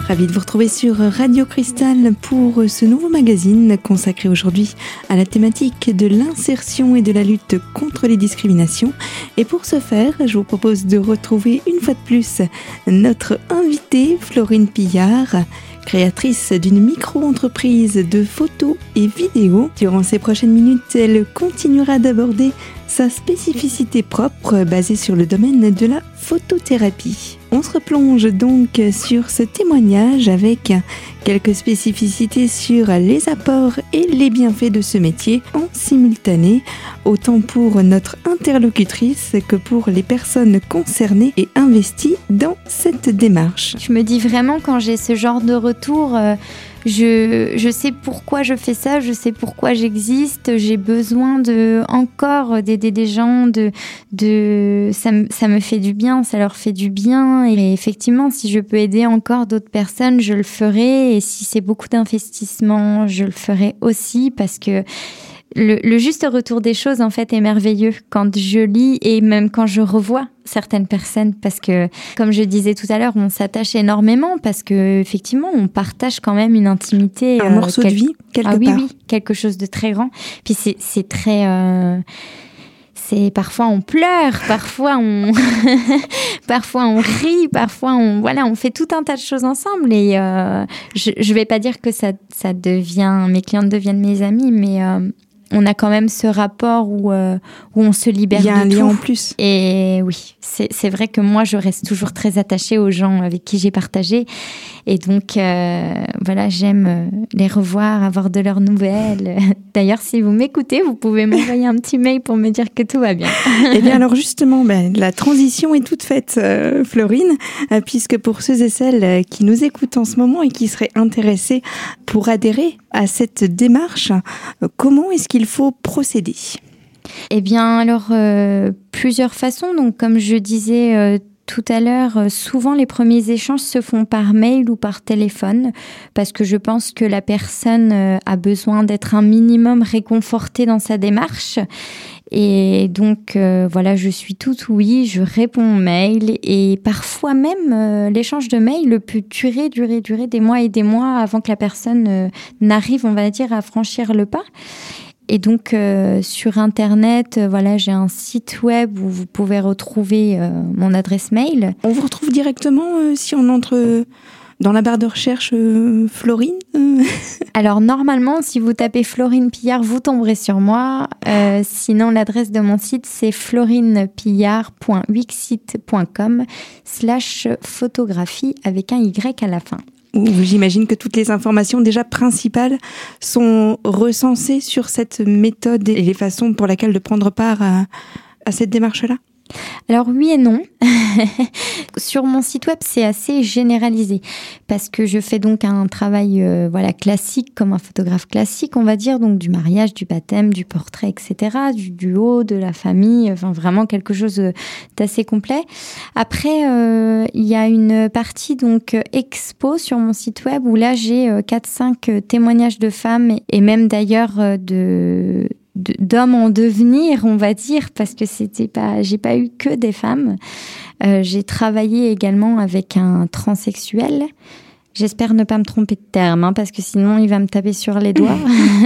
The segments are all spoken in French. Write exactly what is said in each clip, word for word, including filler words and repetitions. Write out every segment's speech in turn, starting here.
Ravi de vous retrouver sur Radio Cristal pour ce nouveau magazine consacré aujourd'hui à la thématique de l'insertion et de la lutte contre les discriminations. Et pour ce faire, je vous propose de retrouver une fois de plus notre invitée Florine Pillard, créatrice d'une micro-entreprise de photos et vidéos. Durant ces prochaines minutes, elle continuera d'aborder sa spécificité propre basée sur le domaine de la photothérapie. On se replonge donc sur ce témoignage avec quelques spécificités sur les apports et les bienfaits de ce métier en simultané, autant pour notre interlocutrice que pour les personnes concernées et investies dans cette démarche. Je me dis vraiment, quand j'ai ce genre de retour, euh, je, je sais pourquoi je fais ça, je sais pourquoi j'existe, j'ai besoin de, encore d'aider des gens, de, de, ça, me, ça me fait du bien, ça leur fait du bien. Et effectivement, si je peux aider encore d'autres personnes, je le ferai. Et si c'est beaucoup d'investissement, je le ferai aussi, parce que Le, le juste retour des choses, en fait, est merveilleux quand je lis et même quand je revois certaines personnes, parce que, comme je disais tout à l'heure, on s'attache énormément parce que, effectivement, on partage quand même une intimité. Un euh, morceau quel... de vie, quelque ah, oui, part. Oui, quelque chose de très grand. Puis c'est, c'est très... Euh... C'est parfois on pleure, parfois on, parfois on rit, parfois on, voilà, on fait tout un tas de choses ensemble. Et euh, je, je vais pas dire que ça, ça devient, mes clientes deviennent mes amies, mais euh, on a quand même ce rapport où, euh, où on se libère de tout. Il y a un lien en plus. Et oui, c'est, c'est vrai que moi, je reste toujours très attachée aux gens avec qui j'ai partagé. Et donc, euh, voilà, j'aime les revoir, avoir de leurs nouvelles. D'ailleurs, si vous m'écoutez, vous pouvez m'envoyer un petit mail pour me dire que tout va bien. Eh bien, alors justement, ben, la transition est toute faite, euh, Florine, euh, puisque pour ceux et celles qui nous écoutent en ce moment et qui seraient intéressés pour adhérer à cette démarche, euh, comment est-ce qu'il faut procéder ? Eh bien, alors, euh, plusieurs façons. Donc, comme je disais euh, tout à l'heure, souvent les premiers échanges se font par mail ou par téléphone, parce que je pense que la personne a besoin d'être un minimum réconfortée dans sa démarche. Et donc, euh, voilà, je suis toute oui, je réponds aux mails. Et parfois même, euh, l'échange de mails peut durer, durer, durer des mois et des mois avant que la personne euh, n'arrive, on va dire, à franchir le pas. Et donc, euh, sur Internet, euh, voilà, j'ai un site web où vous pouvez retrouver euh, mon adresse mail. On vous retrouve directement euh, si on entre euh, dans la barre de recherche euh, Florine euh... Alors, normalement, si vous tapez Florine Pillard, vous tomberez sur moi. Euh, sinon, l'adresse de mon site, c'est florinepillard.wixsite.com slash photographie avec un Y à la fin. J'imagine que toutes les informations déjà principales sont recensées sur cette méthode et les façons pour lesquelles de prendre part à, à cette démarche-là. Alors oui et non. Sur mon site web, c'est assez généralisé parce que je fais donc un travail euh, voilà, classique, comme un photographe classique, on va dire, donc du mariage, du baptême, du portrait, et cetera, du duo, de la famille, enfin vraiment quelque chose d'assez complet. Après, euh, il y a une partie donc expo sur mon site web où là, j'ai euh, quatre cinq témoignages de femmes et, et même d'ailleurs euh, de... d'hommes en devenir, on va dire, parce que c'était pas, j'ai pas eu que des femmes. Euh, j'ai travaillé également avec un transsexuel. J'espère ne pas me tromper de terme, hein, parce que sinon il va me taper sur les doigts.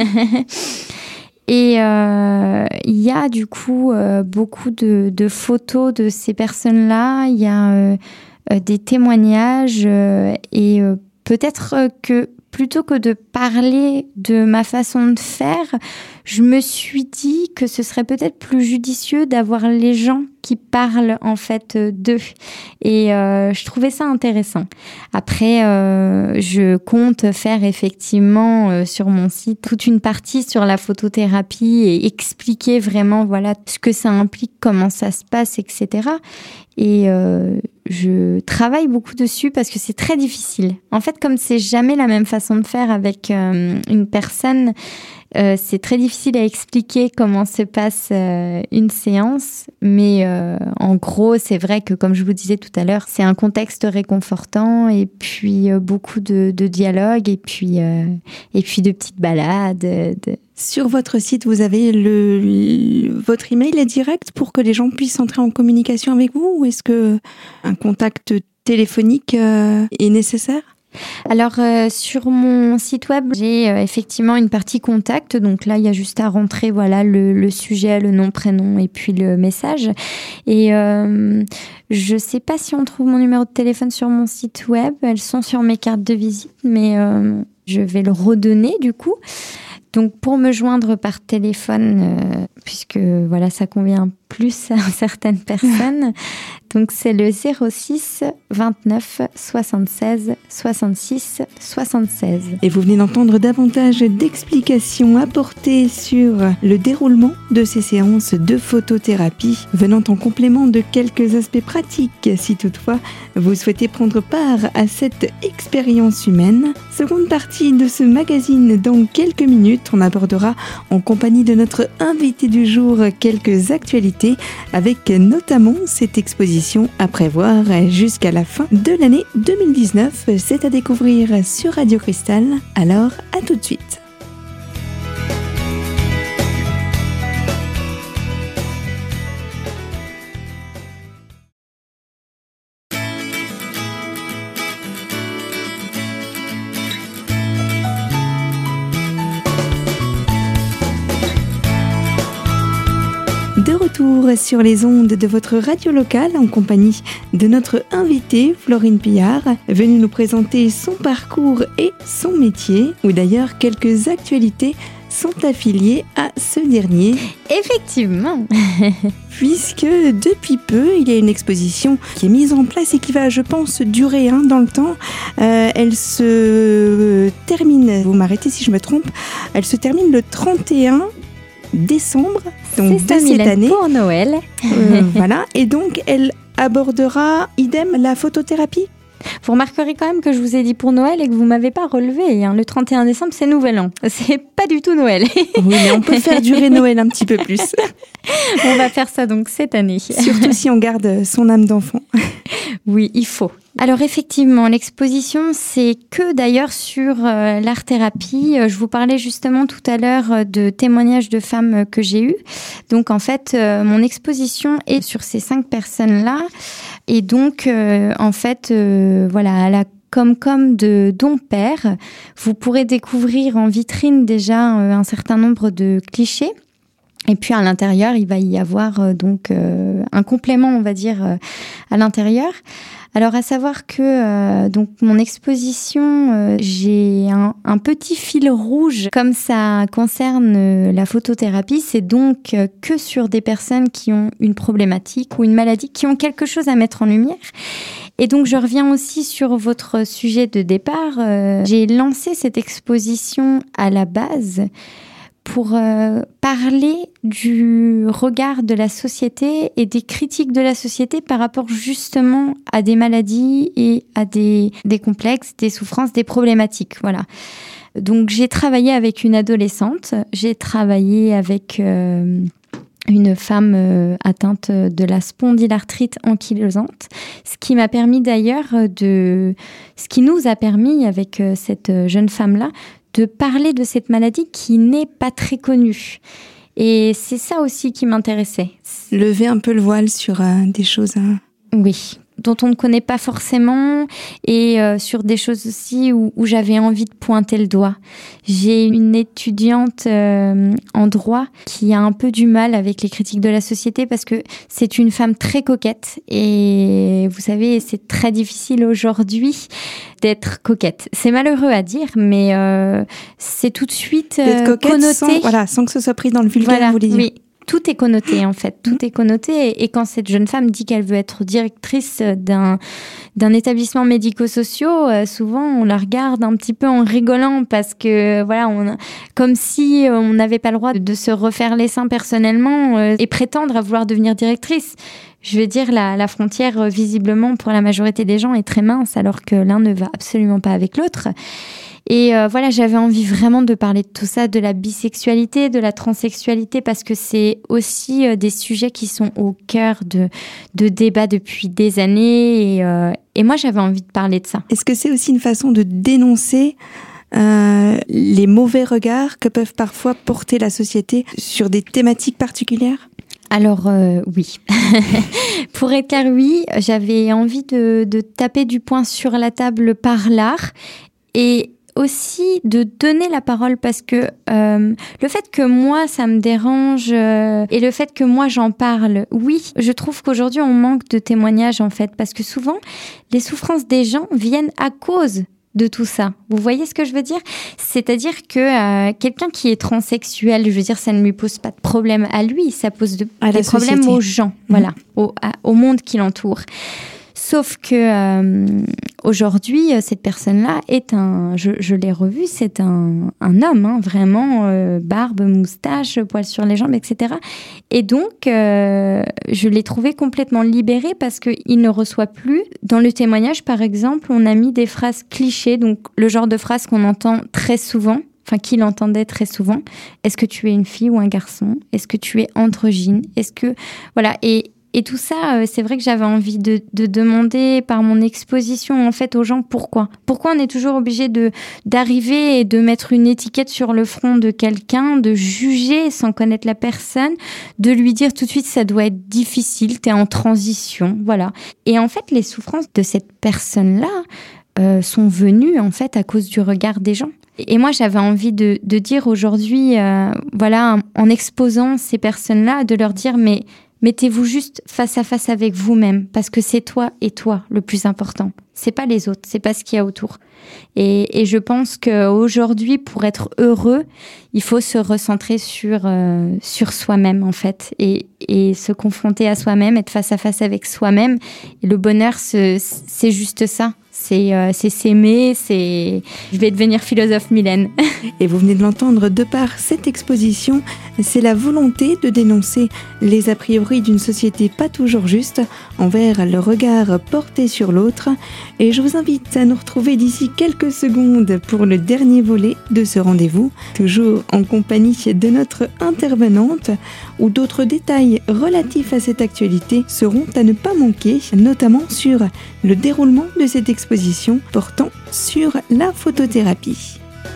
Et il euh, y a du coup euh, beaucoup de, de photos de ces personnes-là. Il y a euh, euh, des témoignages euh, et euh, peut-être euh, que plutôt que de parler de ma façon de faire, je me suis dit que ce serait peut-être plus judicieux d'avoir les gens qui parlent en fait d'eux. Et euh, je trouvais ça intéressant. Après, euh, je compte faire effectivement euh, sur mon site toute une partie sur la photothérapie et expliquer vraiment voilà ce que ça implique, comment ça se passe, et cetera. Et euh, je travaille beaucoup dessus parce que c'est très difficile. En fait, comme c'est jamais la même façon de faire avec euh, une personne, euh, c'est très difficile à expliquer comment se passe euh, une séance. Mais euh, en gros, c'est vrai que, comme je vous disais tout à l'heure, c'est un contexte réconfortant et puis euh, beaucoup de, de dialogue et puis, euh, et puis de petites balades. De... Sur votre site, vous avez le, le, votre email est direct pour que les gens puissent entrer en communication avec vous, ou est-ce que un contact téléphonique euh, est nécessaire ? Alors, euh, sur mon site web, j'ai euh, effectivement une partie contact. Donc là, il y a juste à rentrer voilà, le, le sujet, le nom, prénom et puis le message. Et euh, je ne sais pas si on trouve mon numéro de téléphone sur mon site web. Elles sont sur mes cartes de visite, mais euh, je vais le redonner du coup. Donc, pour me joindre par téléphone, euh, puisque voilà, ça convient plus à certaines personnes, donc c'est le zéro six vingt-neuf soixante-seize soixante-six soixante-seize. Et vous venez d'entendre davantage d'explications apportées sur le déroulement de ces séances de photothérapie, venant en complément de quelques aspects pratiques, si toutefois vous souhaitez prendre part à cette expérience humaine. Seconde partie de ce magazine dans quelques minutes. On abordera en compagnie de notre invité du jour quelques actualités avec notamment cette exposition à prévoir jusqu'à la fin de l'année deux mille dix-neuf. C'est à découvrir sur Radio Cristal. Alors, à tout de suite. De retour sur les ondes de votre radio locale en compagnie de notre invitée Florine Pillard, venue nous présenter son parcours et son métier, ou d'ailleurs quelques actualités sont affiliées à ce dernier. Effectivement. Puisque depuis peu, il y a une exposition qui est mise en place et qui va, je pense, durer hein, dans le temps. Euh, elle se termine, vous m'arrêtez si je me trompe, elle se termine le trente et un décembre donc c'est de ça, cette Mylène, année pour Noël. euh, voilà, et donc elle abordera idem la photothérapie. Vous remarquerez quand même que je vous ai dit pour Noël et que vous m'avez pas relevé. Hein. Le trente et un décembre, c'est Nouvel An. C'est pas du tout Noël. Oui, mais on peut faire durer Noël un petit peu plus. On va faire ça donc cette année. Surtout si on garde son âme d'enfant. Oui, il faut. Alors effectivement, l'exposition, c'est que d'ailleurs sur euh, l'art-thérapie. Je vous parlais justement tout à l'heure de témoignages de femmes que j'ai eus. Donc en fait, euh, mon exposition est sur ces cinq personnes-là. Et donc, euh, en fait, euh, voilà, à la Comcom de Dompère, vous pourrez découvrir en vitrine déjà euh, un certain nombre de clichés. Et puis à l'intérieur, il va y avoir euh, donc euh, un complément, on va dire, euh, à l'intérieur. Alors à savoir que euh, donc mon exposition, euh, j'ai un, un petit fil rouge comme ça concerne euh, la photothérapie, c'est donc euh, que sur des personnes qui ont une problématique ou une maladie, qui ont quelque chose à mettre en lumière. Et donc je reviens aussi sur votre sujet de départ. Euh, j'ai lancé cette exposition à la base pour euh, parler du regard de la société et des critiques de la société par rapport justement à des maladies et à des, des complexes, des souffrances, des problématiques. Voilà. Donc j'ai travaillé avec une adolescente, j'ai travaillé avec euh, une femme euh, atteinte de la spondylarthrite ankylosante, ce qui m'a permis d'ailleurs de, ce qui nous a permis avec euh, cette jeune femme-là, de parler de cette maladie qui n'est pas très connue. Et c'est ça aussi qui m'intéressait. Lever un peu le voile sur euh, des choses... Euh... Oui, dont on ne connaît pas forcément, et euh, sur des choses aussi où, où j'avais envie de pointer le doigt. J'ai une étudiante euh, en droit qui a un peu du mal avec les critiques de la société parce que c'est une femme très coquette et vous savez, c'est très difficile aujourd'hui d'être coquette. C'est malheureux à dire, mais euh, c'est tout de suite euh, d'être coquette connoté. Sans, voilà, sans que ce soit pris dans le vulgaire, voilà, vous voulez dire. Oui. Tout est connoté, en fait. Tout est connoté. Et quand cette jeune femme dit qu'elle veut être directrice d'un, d'un établissement médico-social, souvent, on la regarde un petit peu en rigolant parce que, voilà, on, comme si on n'avait pas le droit de se refaire les seins personnellement euh, et prétendre à vouloir devenir directrice. Je veux dire, la, la frontière, visiblement, pour la majorité des gens, est très mince, alors que l'un ne va absolument pas avec l'autre. Et euh, voilà, j'avais envie vraiment de parler de tout ça, de la bisexualité, de la transsexualité, parce que c'est aussi euh, des sujets qui sont au cœur de, de débats depuis des années. Et, euh, et moi, j'avais envie de parler de ça. Est-ce que c'est aussi une façon de dénoncer euh, les mauvais regards que peuvent parfois porter la société sur des thématiques particulières ? Alors euh, oui, pour être clair, oui, j'avais envie de, de taper du poing sur la table par l'art et aussi de donner la parole parce que euh, le fait que moi ça me dérange euh, et le fait que moi j'en parle, oui, je trouve qu'aujourd'hui on manque de témoignages en fait parce que souvent les souffrances des gens viennent à cause de tout ça. Vous voyez ce que je veux dire ? C'est-à-dire que euh, quelqu'un qui est transsexuel, je veux dire, ça ne lui pose pas de problème à lui, ça pose de, des problèmes société. Aux gens, mmh. voilà, au, à, au monde qui l'entoure. Sauf que euh, aujourd'hui, cette personne-là est un, je, je l'ai revu, c'est un, un homme, hein, vraiment, euh, barbe, moustache, poils sur les jambes, et cetera. Et donc, euh, je l'ai trouvé complètement libéré parce qu'il ne reçoit plus. Dans le témoignage, par exemple, on a mis des phrases clichés, donc le genre de phrases qu'on entend très souvent. Enfin, qu'il entendait très souvent. Est-ce que tu es une fille ou un garçon ? Est-ce que tu es androgyne ? Est-ce que... Voilà, et... Et tout ça, c'est vrai que j'avais envie de, de demander par mon exposition en fait aux gens pourquoi. Pourquoi on est toujours obligé de d'arriver et de mettre une étiquette sur le front de quelqu'un, de juger sans connaître la personne, de lui dire tout de suite ça doit être difficile, t'es en transition, voilà. Et en fait, les souffrances de cette personne-là euh, sont venues en fait à cause du regard des gens. Et moi, j'avais envie de, de dire aujourd'hui, euh, voilà, en exposant ces personnes-là, de leur dire mais mettez-vous juste face à face avec vous-même, parce que c'est toi et toi le plus important. C'est pas les autres, c'est pas ce qu'il y a autour. Et, et je pense qu'aujourd'hui, pour être heureux, il faut se recentrer sur euh, sur soi-même en fait, et, et se confronter à soi-même, être face à face avec soi-même. Et le bonheur, c'est, c'est juste ça. C'est, euh, c'est s'aimer, c'est... Je vais devenir philosophe, Mylène. Et vous venez de l'entendre, de par cette exposition, c'est la volonté de dénoncer les a priori d'une société pas toujours juste envers le regard porté sur l'autre. Et je vous invite à nous retrouver d'ici quelques secondes pour le dernier volet de ce rendez-vous, toujours en compagnie de notre intervenante, où d'autres détails relatifs à cette actualité seront à ne pas manquer, notamment sur le déroulement de cette exposition portant sur la photothérapie.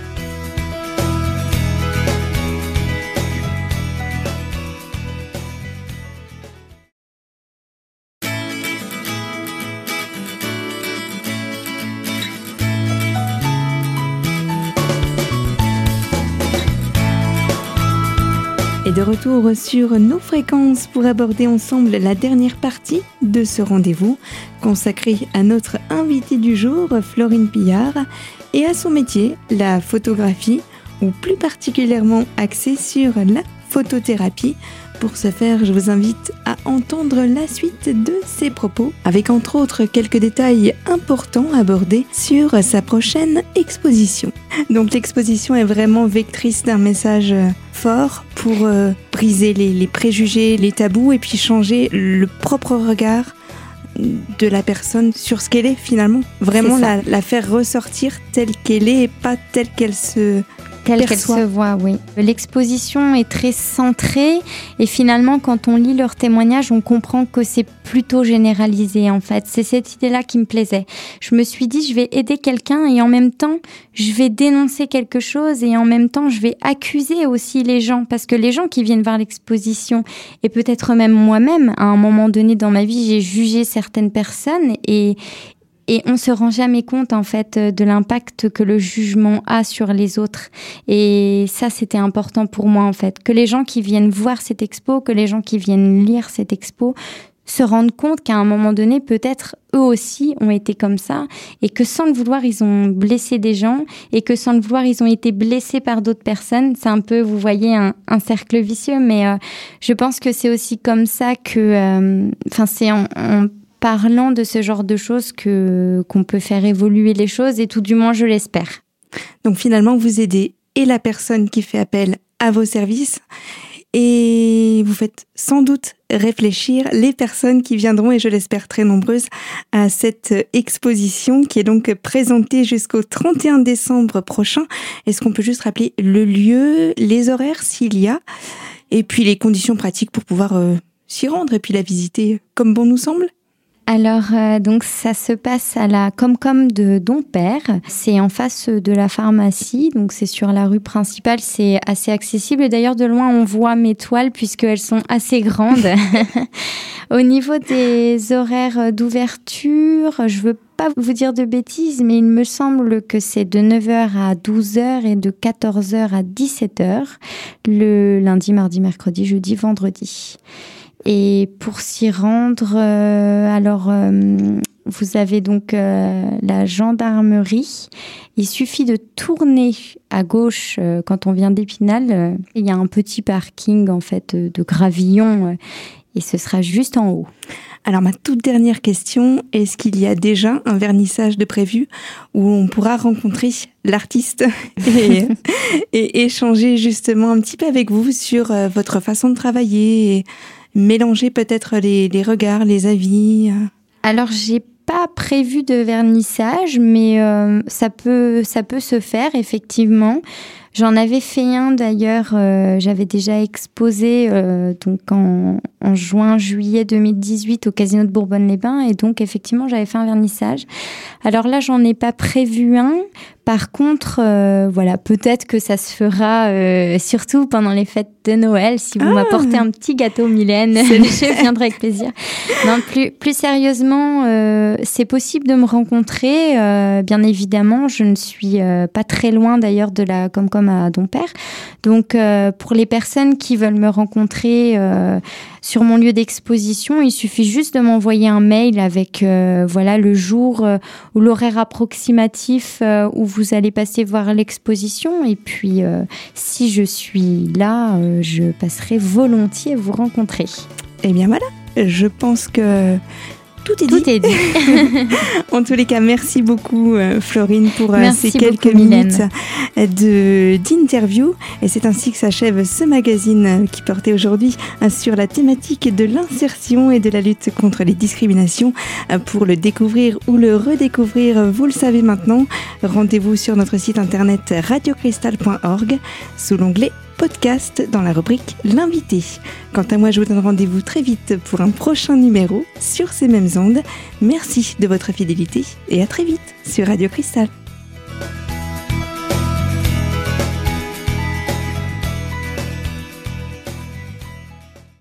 Et de retour sur nos fréquences pour aborder ensemble la dernière partie de ce rendez-vous consacré à notre invitée du jour, Florine Pillard, et à son métier, la photographie, ou plus particulièrement axé sur la photothérapie. Pour ce faire, je vous invite à entendre la suite de ses propos, avec entre autres quelques détails importants abordés sur sa prochaine exposition. Donc l'exposition est vraiment vectrice d'un message fort pour euh, briser les, les préjugés, les tabous, et puis changer le propre regard de la personne sur ce qu'elle est finalement. Vraiment la, la faire ressortir telle qu'elle est et pas telle qu'elle se... Telle qu'elle se voit, oui. L'exposition est très centrée et finalement, quand on lit leurs témoignages, on comprend que c'est plutôt généralisé en fait. C'est cette idée-là qui me plaisait. Je me suis dit, je vais aider quelqu'un et en même temps, je vais dénoncer quelque chose et en même temps, je vais accuser aussi les gens parce que les gens qui viennent voir l'exposition et peut-être même moi-même, à un moment donné dans ma vie, j'ai jugé certaines personnes et Et on se rend jamais compte, en fait, de l'impact que le jugement a sur les autres. Et ça, c'était important pour moi, en fait. Que les gens qui viennent voir cette expo, que les gens qui viennent lire cette expo, se rendent compte qu'à un moment donné, peut-être, eux aussi ont été comme ça. Et que sans le vouloir, ils ont blessé des gens. Et que sans le vouloir, ils ont été blessés par d'autres personnes. C'est un peu, vous voyez, un, un cercle vicieux. Mais euh, je pense que c'est aussi comme ça que... Enfin, euh, c'est en... en parlant de ce genre de choses que, qu'on peut faire évoluer les choses, et tout du moins, je l'espère. Donc finalement, vous aidez et la personne qui fait appel à vos services, et vous faites sans doute réfléchir les personnes qui viendront, et je l'espère très nombreuses, à cette exposition qui est donc présentée jusqu'au trente et un décembre prochain. Est-ce qu'on peut juste rappeler le lieu, les horaires s'il y a, et puis les conditions pratiques pour pouvoir euh, s'y rendre et puis la visiter comme bon nous semble ? Alors, euh, donc ça se passe à la Comcom de Dompère. C'est en face de la pharmacie, donc c'est sur la rue principale. C'est assez accessible. Et d'ailleurs, de loin, on voit mes toiles puisqu'elles sont assez grandes. Au niveau des horaires d'ouverture, je veux pas vous dire de bêtises, mais il me semble que c'est de neuf heures à douze heures et de quatorze heures à dix-sept heures, le lundi, mardi, mercredi, jeudi, vendredi. Et pour s'y rendre, euh, alors euh, vous avez donc euh, la gendarmerie. Il suffit de tourner à gauche euh, quand on vient d'Épinal. Euh, il y a un petit parking en fait de gravillon euh, et ce sera juste en haut. Alors ma toute dernière question, est-ce qu'il y a déjà un vernissage de prévu où on pourra rencontrer l'artiste et, et échanger justement un petit peu avec vous sur euh, votre façon de travailler et mélanger peut-être les, les regards, les avis? Alors, j'ai pas prévu de vernissage, mais euh, ça peut, ça peut se faire, effectivement. J'en avais fait un d'ailleurs, euh, j'avais déjà exposé euh, donc en, en juin, juillet deux mille dix-huit au Casino de Bourbonne-les-Bains et donc effectivement j'avais fait un vernissage. Alors là j'en ai pas prévu un, par contre euh, voilà, peut-être que ça se fera euh, surtout pendant les fêtes de Noël si vous ah, m'apportez un petit gâteau Mylène, je viendrai avec plaisir. Non, plus, plus sérieusement, euh, c'est possible de me rencontrer, euh, bien évidemment, je ne suis euh, pas très loin d'ailleurs de la Comcom à Dompère. Donc, euh, pour les personnes qui veulent me rencontrer euh, sur mon lieu d'exposition, il suffit juste de m'envoyer un mail avec euh, voilà le jour euh, ou l'horaire approximatif euh, où vous allez passer voir l'exposition. Et puis, euh, si je suis là, euh, je passerai volontiers vous rencontrer. Eh bien voilà, je pense que tout est Tout dit. Est dit. En tous les cas, merci beaucoup euh, Florine pour euh, merci ces quelques beaucoup, minutes de, d'interview. Et c'est ainsi que s'achève ce magazine qui portait aujourd'hui euh, sur la thématique de l'insertion et de la lutte contre les discriminations. Euh, pour le découvrir ou le redécouvrir, vous le savez maintenant, rendez-vous sur notre site internet radio cristal point org sous l'onglet podcast dans la rubrique l'invité. Quant à moi, je vous donne rendez-vous très vite pour un prochain numéro sur ces mêmes ondes. Merci de votre fidélité et à très vite sur Radio Cristal.